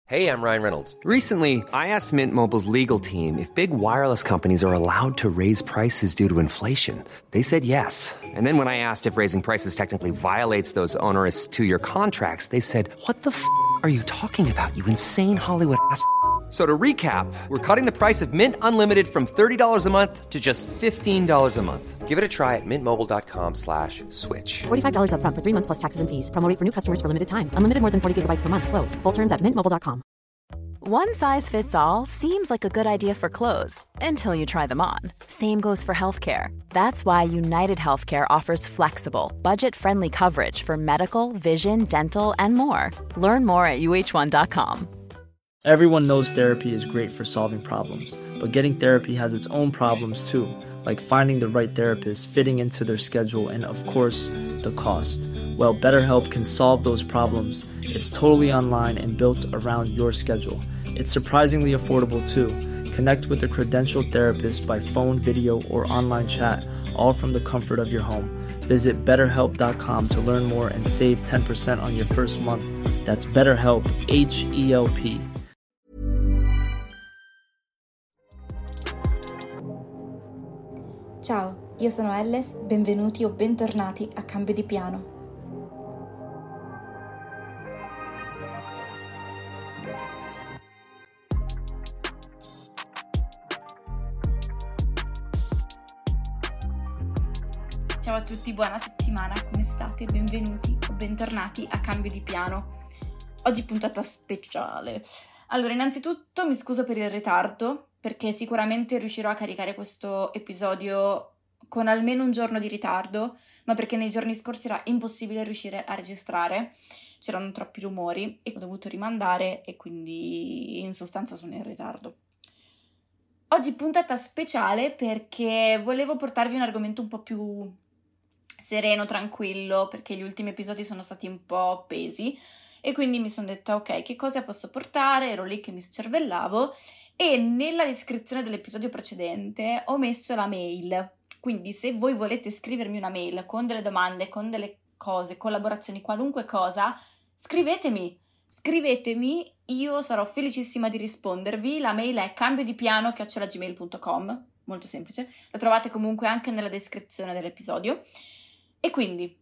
Hey, I'm Ryan Reynolds. Recently, I asked Mint Mobile's legal team if big wireless companies are allowed to raise prices due to inflation. They said yes. And then when I asked if raising prices technically violates those onerous two-year contracts, they said, "What the f*** are you talking about, you insane Hollywood ass?" So to recap, we're cutting the price of Mint Unlimited from $30 a month to just $15 a month. Give it a try at mintmobile.com/switch. $45 up front for 3 months plus taxes and fees. Promo rate for new customers for limited time. Unlimited more than 40 gigabytes per month. Slows full terms at mintmobile.com. One size fits all seems like a good idea for clothes until you try them on. Same goes for healthcare. That's why United Healthcare offers flexible, budget-friendly coverage for medical, vision, dental, and more. Learn more at uh1.com. Everyone knows therapy is great for solving problems, but getting therapy has its own problems too, like finding the right therapist, fitting into their schedule, and of course, the cost. Well, BetterHelp can solve those problems. It's totally online and built around your schedule. It's surprisingly affordable too. Connect with a credentialed therapist by phone, video, or online chat, all from the comfort of your home. Visit BetterHelp.com to learn more and save 10% on your first month. That's BetterHelp, H-E-L-P. Ciao, io sono Elles, benvenuti o bentornati a Cambio di Piano. Ciao a tutti, buona settimana, come state? Benvenuti o bentornati a Cambio di Piano. Oggi puntata speciale. Allora, innanzitutto mi scuso per il ritardo, perché sicuramente riuscirò a caricare questo episodio con almeno un giorno di ritardo, ma perché nei giorni scorsi era impossibile riuscire a registrare, c'erano troppi rumori e ho dovuto rimandare e quindi in sostanza sono in ritardo. Oggi puntata speciale perché volevo portarvi un argomento un po' più sereno, tranquillo, perché gli ultimi episodi sono stati un po' pesi e quindi mi sono detta ok, che cosa posso portare? Ero lì che mi scervellavo e nella descrizione dell'episodio precedente ho messo la mail, quindi se voi volete scrivermi una mail con delle domande, con delle cose, collaborazioni, qualunque cosa, scrivetemi, io sarò felicissima di rispondervi. La mail è cambiodipiano@gmail.com, molto semplice, la trovate comunque anche nella descrizione dell'episodio. E quindi,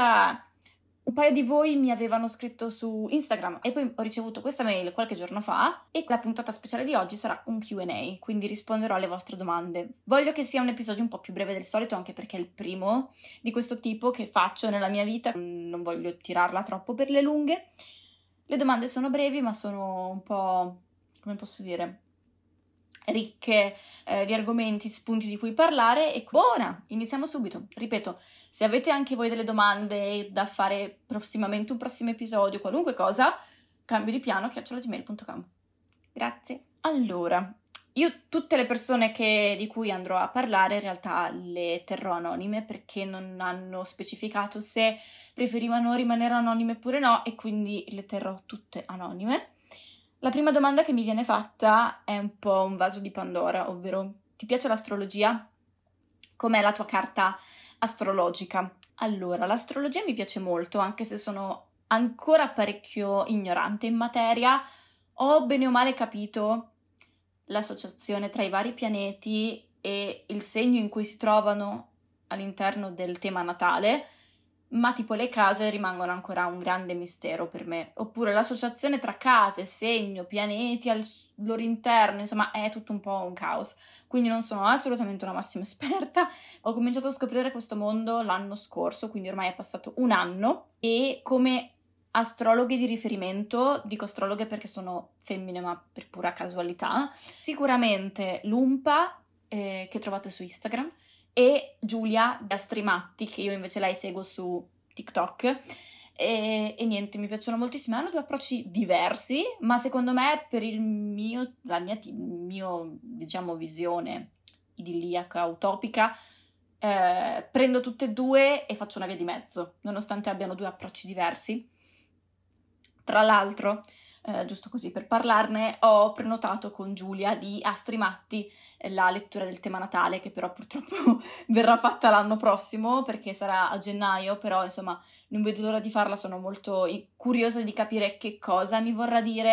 un paio di voi mi avevano scritto su Instagram e poi ho ricevuto questa mail qualche giorno fa e la puntata speciale di oggi sarà un Q&A, quindi risponderò alle vostre domande. Voglio che sia un episodio un po' più breve del solito, anche perché è il primo di questo tipo che faccio nella mia vita, non voglio tirarla troppo per le lunghe. Le domande sono brevi, ma sono un po', come posso dire, ricche di argomenti, spunti di cui parlare e buona, iniziamo subito. Ripeto, se avete anche voi delle domande da fare prossimamente, un prossimo episodio, qualunque cosa, cambiodipiano@gmail.com. Grazie. Allora, io tutte le persone di cui andrò a parlare in realtà le terrò anonime perché non hanno specificato se preferivano rimanere anonime oppure no e quindi le terrò tutte anonime. La prima domanda che mi viene fatta è un po' un vaso di Pandora, ovvero ti piace l'astrologia? Com'è la tua carta astrologica? Allora, l'astrologia mi piace molto, anche se sono ancora parecchio ignorante in materia. Ho bene o male capito l'associazione tra i vari pianeti e il segno in cui si trovano all'interno del tema natale, ma tipo le case rimangono ancora un grande mistero per me, oppure l'associazione tra case, segno, pianeti al loro interno, insomma è tutto un po' un caos, quindi non sono assolutamente una massima esperta. Ho cominciato a scoprire questo mondo l'anno scorso, quindi ormai è passato un anno e come astrologhe di riferimento, dico astrologhe perché sono femmine ma per pura casualità, sicuramente Lumpa che trovate su Instagram e Giulia da Astrimatti, che io invece lei seguo su TikTok e niente, mi piacciono moltissimo, hanno due approcci diversi, ma secondo me per la mia diciamo visione idilliaca, utopica, prendo tutte e due e faccio una via di mezzo, nonostante abbiano due approcci diversi. Tra l'altro, giusto così per parlarne, ho prenotato con Giulia di Astrimatti la lettura del tema natale, che però purtroppo verrà fatta l'anno prossimo perché sarà a gennaio, però insomma non vedo l'ora di farla, sono molto curiosa di capire che cosa mi vorrà dire,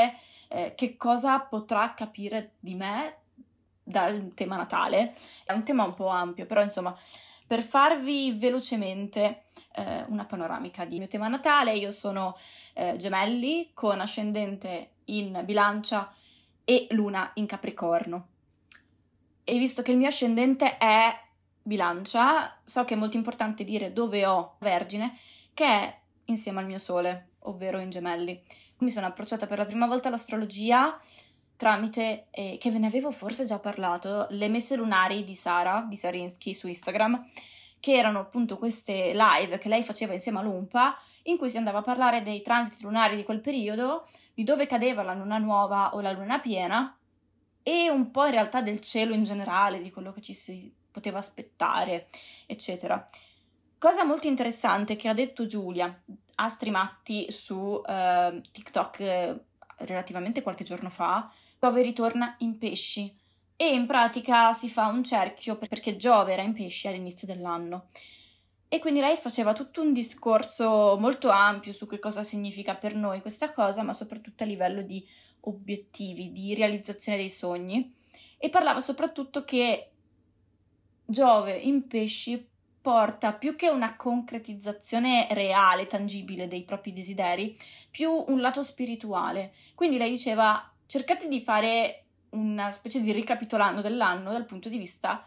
che cosa potrà capire di me dal tema Natale. È un tema un po' ampio, però insomma, per farvi velocemente una panoramica di mio tema Natale, io sono Gemelli con ascendente in Bilancia e Luna in Capricorno. E visto che il mio ascendente è Bilancia, so che è molto importante dire dove ho Vergine, che è insieme al mio Sole, ovvero in Gemelli. Mi sono approcciata per la prima volta all'astrologia tramite, che ve ne avevo forse già parlato, le messe lunari di Sara, di Sarinsky su Instagram, che erano appunto queste live che lei faceva insieme a Lumpa, in cui si andava a parlare dei transiti lunari di quel periodo, di dove cadeva la luna nuova o la luna piena, e un po' in realtà del cielo in generale, di quello che ci si poteva aspettare, eccetera. Cosa molto interessante che ha detto Giulia Astri Matti su TikTok relativamente qualche giorno fa, Giove ritorna in pesci e in pratica si fa un cerchio perché Giove era in pesci all'inizio dell'anno. E quindi lei faceva tutto un discorso molto ampio su che cosa significa per noi questa cosa, ma soprattutto a livello di obiettivi, di realizzazione dei sogni, e parlava soprattutto che Giove in pesci porta più che una concretizzazione reale, tangibile dei propri desideri, più un lato spirituale. Quindi lei diceva: cercate di fare una specie di ricapitolando dell'anno dal punto di vista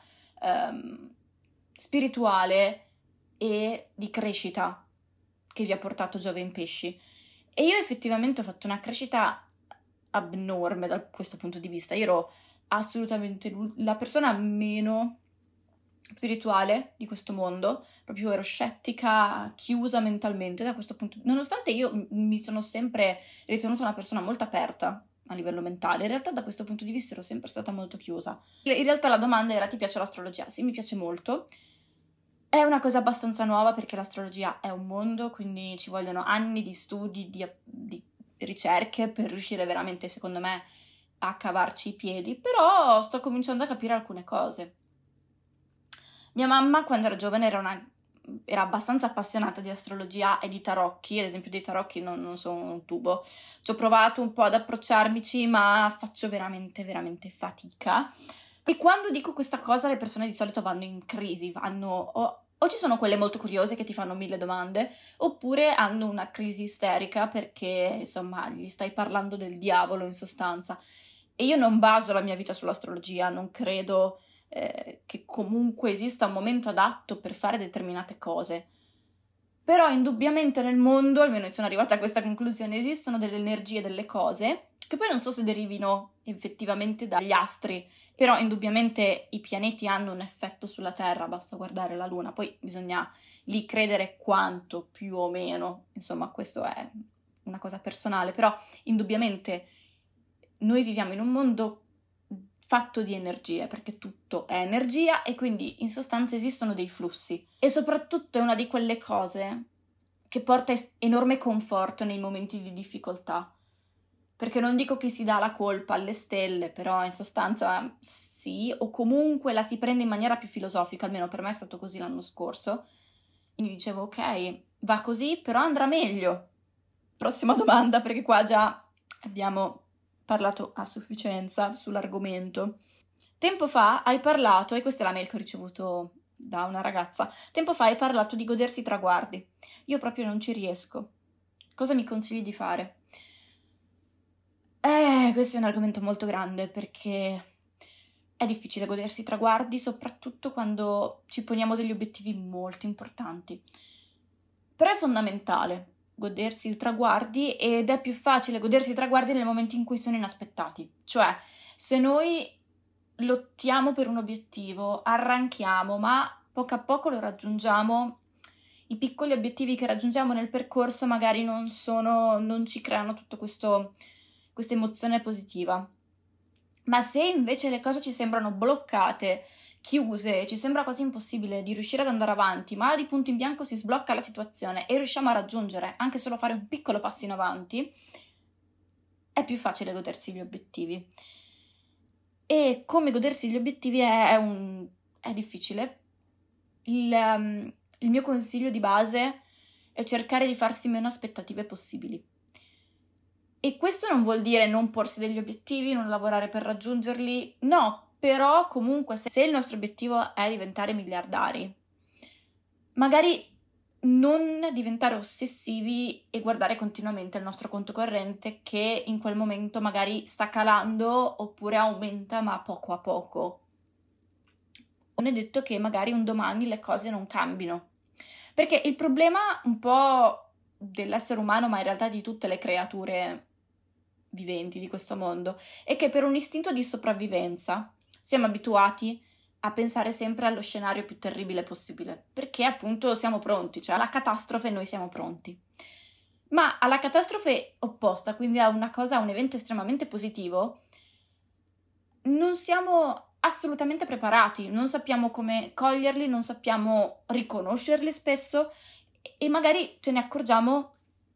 spirituale e di crescita che vi ha portato Giove in pesci. E io effettivamente ho fatto una crescita abnorme da questo punto di vista. Io ero assolutamente la persona meno spirituale di questo mondo, proprio ero scettica, chiusa mentalmente da questo punto, nonostante io mi sono sempre ritenuta una persona molto aperta a livello mentale. In realtà da questo punto di vista ero sempre stata molto chiusa. In realtà la domanda era: ti piace l'astrologia? Sì, mi piace molto. È una cosa abbastanza nuova perché l'astrologia è un mondo, quindi ci vogliono anni di studi, di ricerche per riuscire veramente, secondo me, a cavarci i piedi, però sto cominciando a capire alcune cose. Mia mamma, quando ero giovane, era abbastanza appassionata di astrologia e di tarocchi. Ad esempio, dei tarocchi non sono un tubo. Ci ho provato un po' ad approcciarmici, ma faccio veramente, veramente fatica. E quando dico questa cosa, le persone di solito vanno in crisi, o ci sono quelle molto curiose che ti fanno 1000 domande, oppure hanno una crisi isterica perché, insomma, gli stai parlando del diavolo in sostanza. E io non baso la mia vita sull'astrologia, non credo che comunque esista un momento adatto per fare determinate cose. Però indubbiamente nel mondo, almeno sono arrivata a questa conclusione, esistono delle energie, delle cose, che poi non so se derivino effettivamente dagli astri, però indubbiamente i pianeti hanno un effetto sulla Terra, basta guardare la Luna, poi bisogna lì credere quanto, più o meno, insomma questo è una cosa personale, però indubbiamente noi viviamo in un mondo fatto di energie, perché tutto è energia e quindi in sostanza esistono dei flussi. E soprattutto è una di quelle cose che porta enorme conforto nei momenti di difficoltà. Perché non dico che si dà la colpa alle stelle, però in sostanza sì, o comunque la si prende in maniera più filosofica, almeno per me è stato così l'anno scorso. Quindi dicevo, ok, va così, però andrà meglio. Prossima domanda, perché qua già abbiamo parlato a sufficienza sull'argomento. Tempo fa hai parlato, e questa è la mail che ho ricevuto da una ragazza, tempo fa hai parlato di godersi i traguardi. Io proprio non ci riesco. Cosa mi consigli di fare? Questo è un argomento molto grande perché è difficile godersi i traguardi, soprattutto quando ci poniamo degli obiettivi molto importanti. Però è fondamentale godersi i traguardi, ed è più facile godersi i traguardi nel momento in cui sono inaspettati. Cioè, se noi lottiamo per un obiettivo, arranchiamo, ma poco a poco lo raggiungiamo, i piccoli obiettivi che raggiungiamo nel percorso magari non ci creano tutto questa emozione positiva. Ma se invece le cose ci sembrano bloccate, chiuse, ci sembra quasi impossibile di riuscire ad andare avanti, ma di punto in bianco si sblocca la situazione e riusciamo a raggiungere anche solo fare un piccolo passo in avanti, è più facile godersi gli obiettivi. E come godersi gli obiettivi è difficile. Il mio consiglio di base è cercare di farsi meno aspettative possibili. E questo non vuol dire non porsi degli obiettivi, non lavorare per raggiungerli, no, però comunque se il nostro obiettivo è diventare miliardari, magari non diventare ossessivi e guardare continuamente il nostro conto corrente che in quel momento magari sta calando oppure aumenta ma poco a poco. Non è detto che magari un domani le cose non cambino, perché il problema un po' dell'essere umano, ma in realtà di tutte le creature viventi di questo mondo, è che per un istinto di sopravvivenza siamo abituati a pensare sempre allo scenario più terribile possibile, perché appunto siamo pronti, cioè alla catastrofe noi siamo pronti. Ma alla catastrofe opposta, quindi a un evento estremamente positivo, non siamo assolutamente preparati, non sappiamo come coglierli, non sappiamo riconoscerli spesso e magari ce ne accorgiamo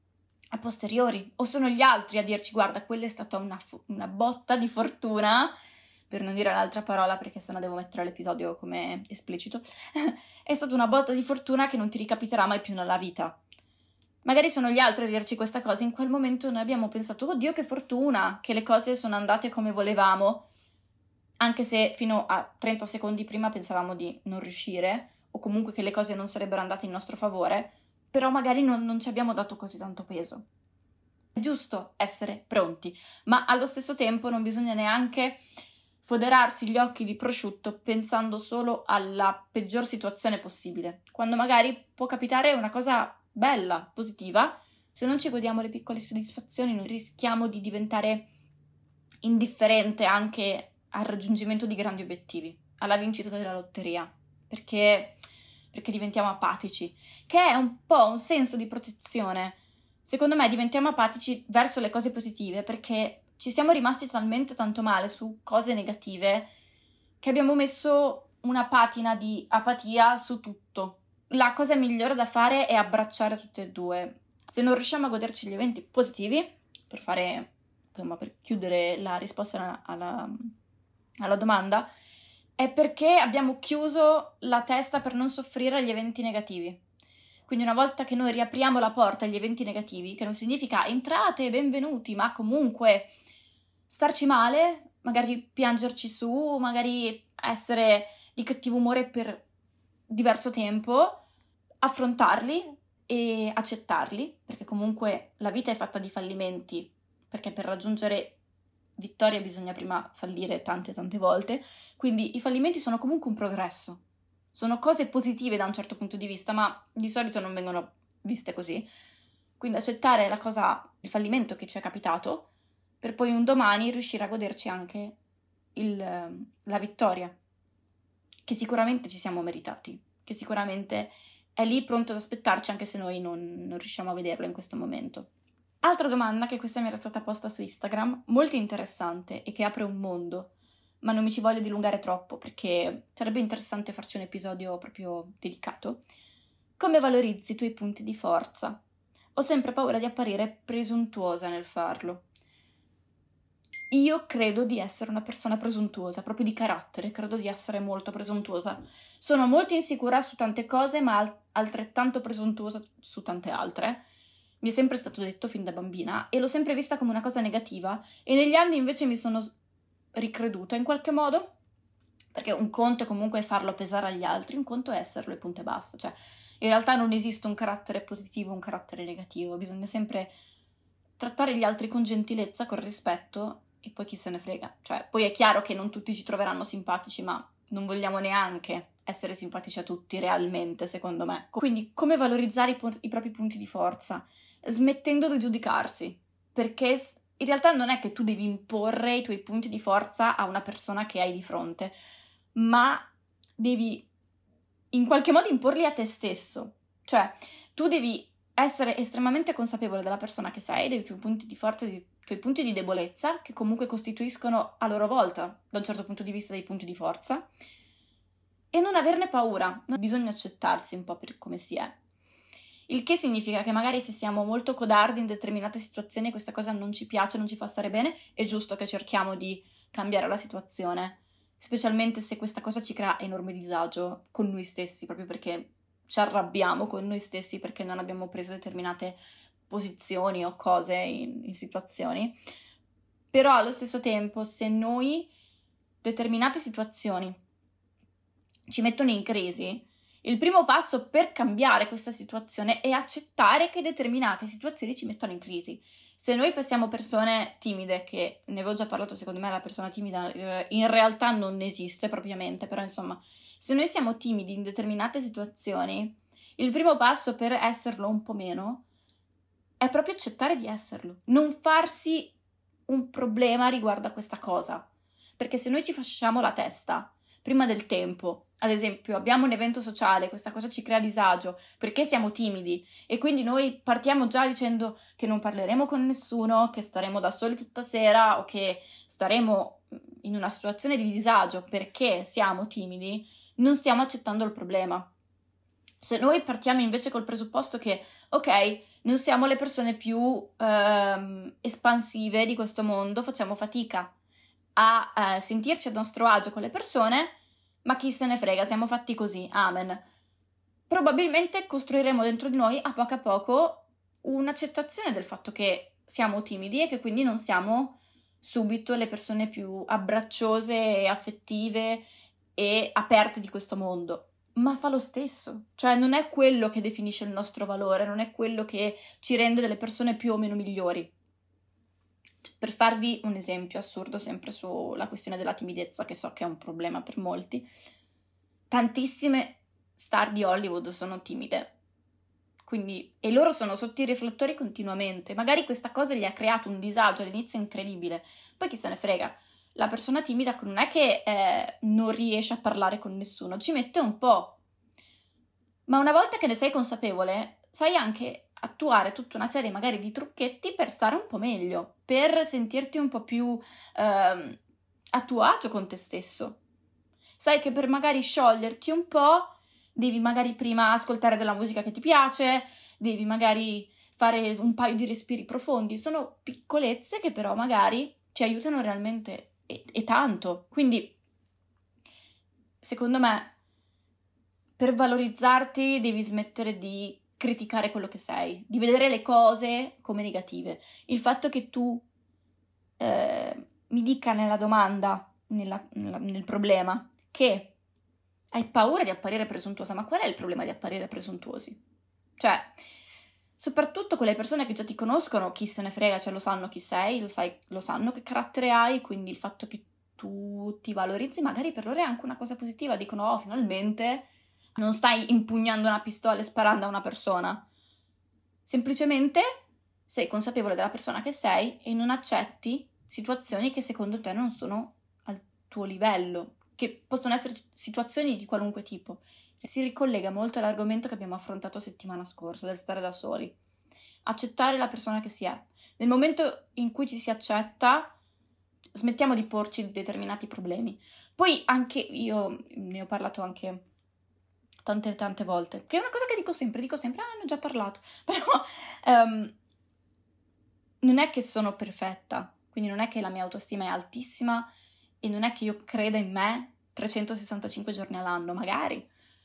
a posteriori, o sono gli altri a dirci guarda, quella è stata una botta di fortuna, per non dire un'altra parola perché sennò devo mettere l'episodio come esplicito, è stata una botta di fortuna che non ti ricapiterà mai più nella vita. Magari sono gli altri a dirci questa cosa, in quel momento noi abbiamo pensato oddio che fortuna, che le cose sono andate come volevamo, anche se fino a 30 secondi prima pensavamo di non riuscire, o comunque che le cose non sarebbero andate in nostro favore, però magari non ci abbiamo dato così tanto peso. È giusto essere pronti, ma allo stesso tempo non bisogna neanche foderarsi gli occhi di prosciutto pensando solo alla peggior situazione possibile, quando magari può capitare una cosa bella, positiva. Se non ci godiamo le piccole soddisfazioni, noi rischiamo di diventare indifferente anche al raggiungimento di grandi obiettivi, alla vincita della lotteria, perché diventiamo apatici, che è un po' un senso di protezione. Secondo me diventiamo apatici verso le cose positive perché ci siamo rimasti talmente tanto male su cose negative che abbiamo messo una patina di apatia su tutto. La cosa migliore da fare è abbracciare tutte e due. Se non riusciamo a goderci gli eventi positivi, per chiudere la risposta alla domanda, è perché abbiamo chiuso la testa per non soffrire agli eventi negativi. Quindi una volta che noi riapriamo la porta agli eventi negativi, che non significa entrate, benvenuti, ma comunque starci male, magari piangerci su, magari essere di cattivo umore per diverso tempo, affrontarli e accettarli, perché comunque la vita è fatta di fallimenti, perché per raggiungere vittoria bisogna prima fallire tante volte, quindi i fallimenti sono comunque un progresso, sono cose positive da un certo punto di vista, ma di solito non vengono viste così, quindi accettare il fallimento che ci è capitato, per poi un domani riuscire a goderci anche la vittoria, che sicuramente ci siamo meritati, che sicuramente è lì pronto ad aspettarci anche se noi non riusciamo a vederlo in questo momento. Altra domanda, che questa mi era stata posta su Instagram, molto interessante e che apre un mondo, ma non mi ci voglio dilungare troppo perché sarebbe interessante farci un episodio proprio dedicato. Come valorizzi i tuoi punti di forza? Ho sempre paura di apparire presuntuosa nel farlo. Io credo di essere una persona presuntuosa, proprio di carattere, credo di essere molto presuntuosa. Sono molto insicura su tante cose, ma altrettanto presuntuosa su tante altre. Mi è sempre stato detto fin da bambina e l'ho sempre vista come una cosa negativa e negli anni invece mi sono ricreduta in qualche modo, perché un conto è comunque farlo pesare agli altri, un conto è esserlo e punto e basta. Cioè, in realtà non esiste un carattere positivo o un carattere negativo, bisogna sempre trattare gli altri con gentilezza, con rispetto e poi chi se ne frega. Cioè, poi è chiaro che non tutti ci troveranno simpatici, ma non vogliamo neanche essere simpatici a tutti realmente, secondo me. Quindi, come valorizzare i propri punti di forza? Smettendo di giudicarsi, perché in realtà non è che tu devi imporre i tuoi punti di forza a una persona che hai di fronte, ma devi in qualche modo imporli a te stesso. Cioè, tu devi essere estremamente consapevole della persona che sei, dei tuoi punti di forza e dei tuoi punti di debolezza, che comunque costituiscono a loro volta, da un certo punto di vista, dei punti di forza, e non averne paura. Bisogna accettarsi un po' per come si è. Il che significa che magari se siamo molto codardi in determinate situazioni e questa cosa non ci piace, non ci fa stare bene, è giusto che cerchiamo di cambiare la situazione, specialmente se questa cosa ci crea enorme disagio con noi stessi, proprio perché ci arrabbiamo con noi stessi perché non abbiamo preso determinate posizioni o cose in situazioni, però allo stesso tempo se noi determinate situazioni ci mettono in crisi, il primo passo per cambiare questa situazione è accettare che determinate situazioni ci mettono in crisi. Se noi siamo persone timide, che ne avevo già parlato, secondo me la persona timida in realtà non esiste propriamente, però insomma, se noi siamo timidi in determinate situazioni, il primo passo per esserlo un po' meno è proprio accettare di esserlo, non farsi un problema riguardo a questa cosa, perché se noi ci facciamo la testa prima del tempo, ad esempio abbiamo un evento sociale, questa cosa ci crea disagio perché siamo timidi e quindi noi partiamo già dicendo che non parleremo con nessuno, che staremo da soli tutta sera o che staremo in una situazione di disagio perché siamo timidi, non stiamo accettando il problema. Se noi partiamo invece col presupposto che, ok, non siamo le persone più espansive di questo mondo, facciamo fatica a sentirci a nostro agio con le persone, ma chi se ne frega, siamo fatti così, amen. Probabilmente costruiremo dentro di noi a poco un'accettazione del fatto che siamo timidi e che quindi non siamo subito le persone più abbracciose e affettive e aperte di questo mondo. Ma fa lo stesso, cioè non è quello che definisce il nostro valore, non è quello che ci rende delle persone più o meno migliori. Per farvi un esempio assurdo sempre sulla questione della timidezza, che so che è un problema per molti, tantissime star di Hollywood sono timide, quindi, e loro sono sotto i riflettori continuamente, magari questa cosa gli ha creato un disagio all'inizio incredibile, poi chi se ne frega, la persona timida non è che non riesce a parlare con nessuno, ci mette un po', ma una volta che ne sei consapevole, sai anche attuare tutta una serie magari di trucchetti per stare un po' meglio, per sentirti un po' più a tuo agio con te stesso. Sai che per magari scioglierti un po' devi magari prima ascoltare della musica che ti piace, devi magari fare un paio di respiri profondi, sono piccolezze che però magari ci aiutano realmente e tanto. Quindi secondo me per valorizzarti devi smettere di criticare quello che sei, di vedere le cose come negative. Il fatto che tu mi dica nella domanda, nel problema, che hai paura di apparire presuntuosa, ma qual è il problema di apparire presuntuosi? Cioè, soprattutto con le persone che già ti conoscono, chi se ne frega, cioè lo sanno chi sei, lo sanno che carattere hai, quindi il fatto che tu ti valorizzi magari per loro è anche una cosa positiva, dicono oh finalmente non stai impugnando una pistola e sparando a una persona, semplicemente sei consapevole della persona che sei e non accetti situazioni che secondo te non sono al tuo livello, che possono essere situazioni di qualunque tipo. Si ricollega molto all'argomento che abbiamo affrontato settimana scorsa, del stare da soli. Accettare la persona che si è. Nel momento in cui ci si accetta, smettiamo di porci determinati problemi. Poi anche io ne ho parlato anche tante volte, che è una cosa che dico sempre, ne ho già parlato, però non è che sono perfetta, quindi non è che la mia autostima è altissima e non è che io creda in me 365 giorni all'anno, magari,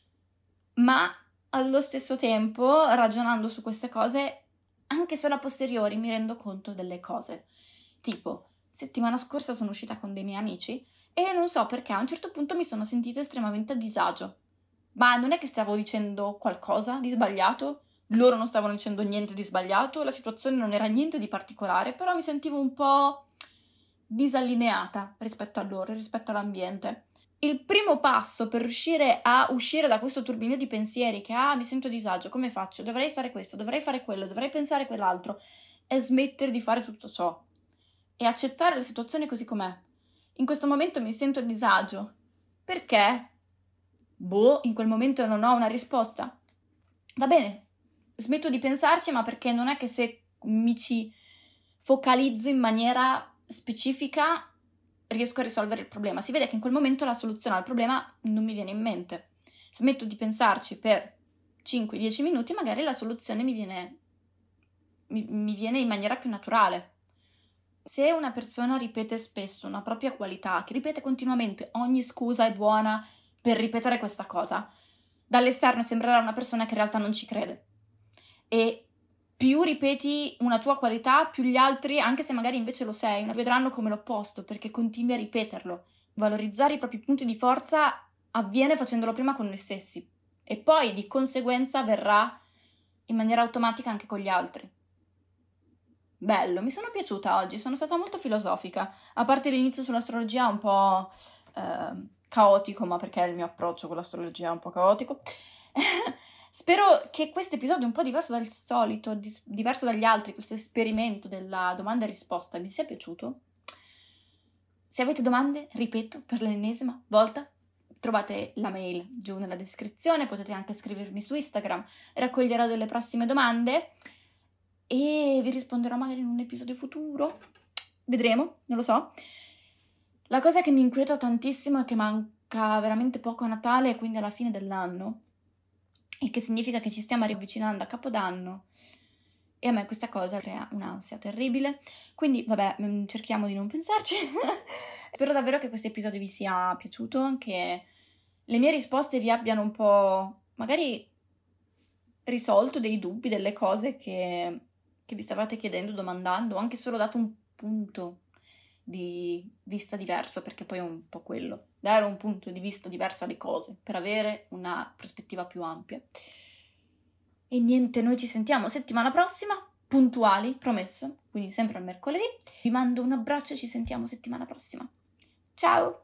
ma allo stesso tempo, ragionando su queste cose, anche solo a posteriori mi rendo conto delle cose, tipo, settimana scorsa sono uscita con dei miei amici e non so perché a un certo punto mi sono sentita estremamente a disagio. Ma non è che stavo dicendo qualcosa di sbagliato, loro non stavano dicendo niente di sbagliato, la situazione non era niente di particolare, però mi sentivo un po' disallineata rispetto a loro, rispetto all'ambiente. Il primo passo per riuscire a uscire da questo turbinio di pensieri che mi sento a disagio, come faccio? Dovrei fare questo, dovrei fare quello, dovrei pensare quell'altro, è smettere di fare tutto ciò e accettare la situazione così com'è. In questo momento mi sento a disagio. Perché? In quel momento non ho una risposta. Va bene, smetto di pensarci, ma perché non è che se mi ci focalizzo in maniera specifica riesco a risolvere il problema. Si vede che in quel momento la soluzione al problema non mi viene in mente. Smetto di pensarci per 5-10 minuti, magari la soluzione mi viene in maniera più naturale. Se una persona ripete spesso una propria qualità, che ripete continuamente, ogni scusa è buona per ripetere questa cosa, dall'esterno sembrerà una persona che in realtà non ci crede. E più ripeti una tua qualità, più gli altri, anche se magari invece lo sei, vedranno come l'opposto, perché continui a ripeterlo. Valorizzare i propri punti di forza avviene facendolo prima con noi stessi e poi di conseguenza avverrà in maniera automatica anche con gli altri. Bello, mi sono piaciuta oggi, sono stata molto filosofica, a parte l'inizio sull'astrologia un po' caotico, ma perché il mio approccio con l'astrologia è un po' caotico. Spero che questo episodio un po' diverso dal solito, diverso dagli altri, questo esperimento della domanda e risposta vi sia piaciuto. Se avete domande, ripeto, per l'ennesima volta, trovate la mail giù nella descrizione, potete anche scrivermi su Instagram, raccoglierò delle prossime domande e vi risponderò magari in un episodio futuro. Vedremo, non lo so. La cosa che mi inquieta tantissimo è che manca veramente poco a Natale e quindi alla fine dell'anno, il che significa che ci stiamo avvicinando a Capodanno e a me questa cosa crea un'ansia terribile, quindi vabbè, cerchiamo di non pensarci. Spero davvero che questo episodio vi sia piaciuto, che le mie risposte vi abbiano un po' magari risolto dei dubbi, delle cose che vi stavate chiedendo, domandando, o anche solo dato un punto di vista diverso, perché poi è un po' quello, dare un punto di vista diverso alle cose per avere una prospettiva più ampia. E niente, noi ci sentiamo settimana prossima, puntuali, promesso, quindi sempre al mercoledì. Vi mando un abbraccio e ci sentiamo settimana prossima. Ciao!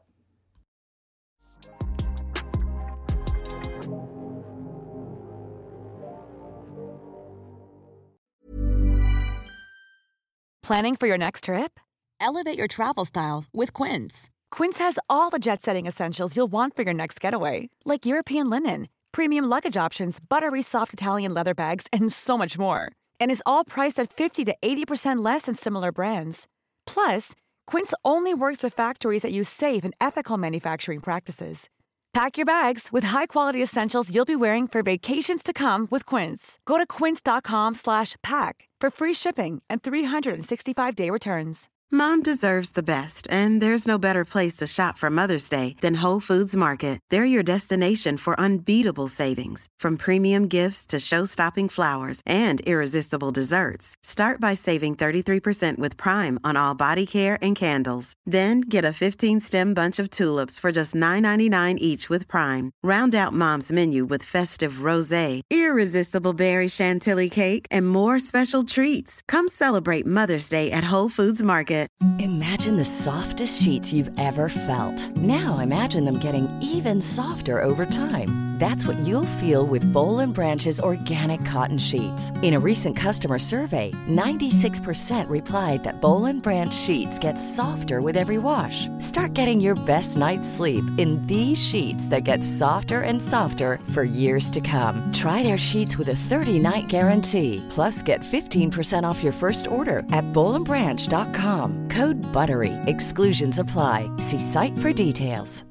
Planning for your next trip? Elevate your travel style with Quince. Quince has all the jet-setting essentials you'll want for your next getaway, like European linen, premium luggage options, buttery soft Italian leather bags, and so much more. And is all priced at 50 to 80% less than similar brands. Plus, Quince only works with factories that use safe and ethical manufacturing practices. Pack your bags with high-quality essentials you'll be wearing for vacations to come with Quince. Go to quince.com/pack for free shipping and 365-day returns. Mom deserves the best, and there's no better place to shop for Mother's Day than Whole Foods Market. They're your destination for unbeatable savings, from premium gifts to show-stopping flowers and irresistible desserts. Start by saving 33% with Prime on all body care and candles. Then get a 15-stem bunch of tulips for just $9.99 each with Prime. Round out Mom's menu with festive rosé, irresistible berry chantilly cake, and more special treats. Come celebrate Mother's Day at Whole Foods Market. Imagine the softest sheets you've ever felt. Now imagine them getting even softer over time. That's what you'll feel with Boll & Branch's organic cotton sheets. In a recent customer survey, 96% replied that Boll & Branch sheets get softer with every wash. Start getting your best night's sleep in these sheets that get softer and softer for years to come. Try their sheets with a 30-night guarantee. Plus, get 15% off your first order at bollandbranch.com. Code BUTTERY. Exclusions apply. See site for details.